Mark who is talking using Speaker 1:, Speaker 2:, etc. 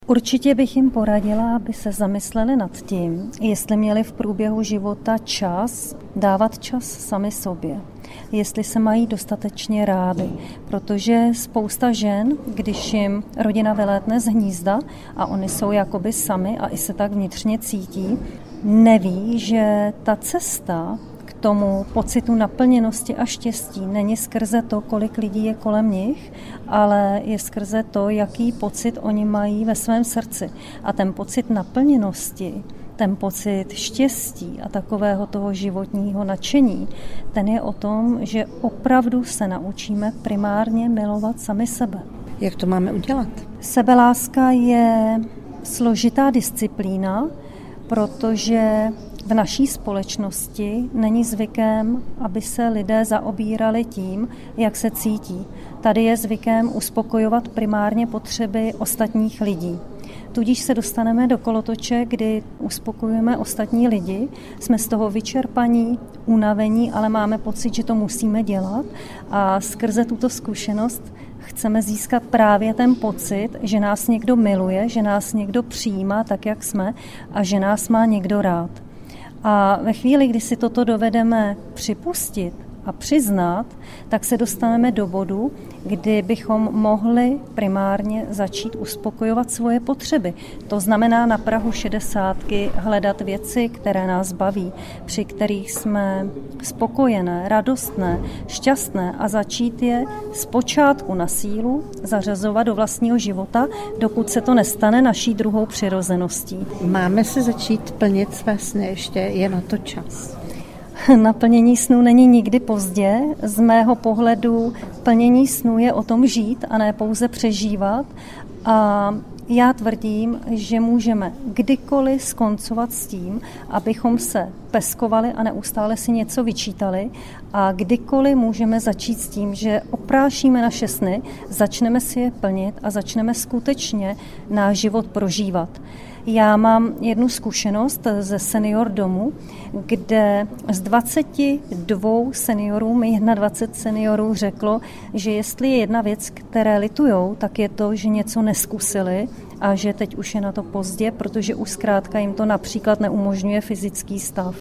Speaker 1: Určitě bych jim poradila, aby se zamysleli nad tím, jestli měli v průběhu života čas dávat čas sami sobě. Jestli se mají dostatečně rády, protože spousta žen, když jim rodina vylétne z hnízda a oni jsou jakoby sami a i se tak vnitřně cítí, neví, že ta cesta k tomu pocitu naplněnosti a štěstí není skrze to, kolik lidí je kolem nich, ale je skrze to, jaký pocit oni mají ve svém srdci. A ten pocit naplněnosti, ten pocit štěstí a takového toho životního nadšení, ten je o tom, že opravdu se naučíme primárně milovat sami sebe.
Speaker 2: Jak to máme udělat?
Speaker 1: Sebeláska je složitá disciplína, protože v naší společnosti není zvykem, aby se lidé zaobírali tím, jak se cítí. Tady je zvykem uspokojovat primárně potřeby ostatních lidí. Tudíž se dostaneme do kolotoče, kdy uspokojujeme ostatní lidi, jsme z toho vyčerpaní, unavení, ale máme pocit, že to musíme dělat a skrze tuto zkušenost chceme získat právě ten pocit, že nás někdo miluje, že nás někdo přijímá tak, jak jsme a že nás má někdo rád. A ve chvíli, kdy si toto dovedeme připustit a přiznat, tak se dostaneme do bodu, kdy bychom mohli primárně začít uspokojovat svoje potřeby. To znamená na prahu 60 hledat věci, které nás baví, při kterých jsme spokojené, radostné, šťastné a začít je zpočátku na sílu zařazovat do vlastního života, dokud se to nestane naší druhou přirozeností.
Speaker 2: Máme se začít plnit své sny, ještě je na to čas.
Speaker 1: Naplnění snů není nikdy pozdě. Z mého pohledu plnění snů je o tom žít a ne pouze přežívat. A já tvrdím, že můžeme kdykoliv skoncovat s tím, abychom se peskovali a neustále si něco vyčítali a kdykoliv můžeme začít s tím, že oprášíme naše sny, začneme si je plnit a začneme skutečně náš život prožívat. Já mám jednu zkušenost ze senior domu, kde z 22 seniorů mi 21 seniorů řeklo, že jestli je jedna věc, které litujou, tak je to, že něco neskusili a že teď už je na to pozdě, protože už zkrátka jim to například neumožňuje fyzický stav.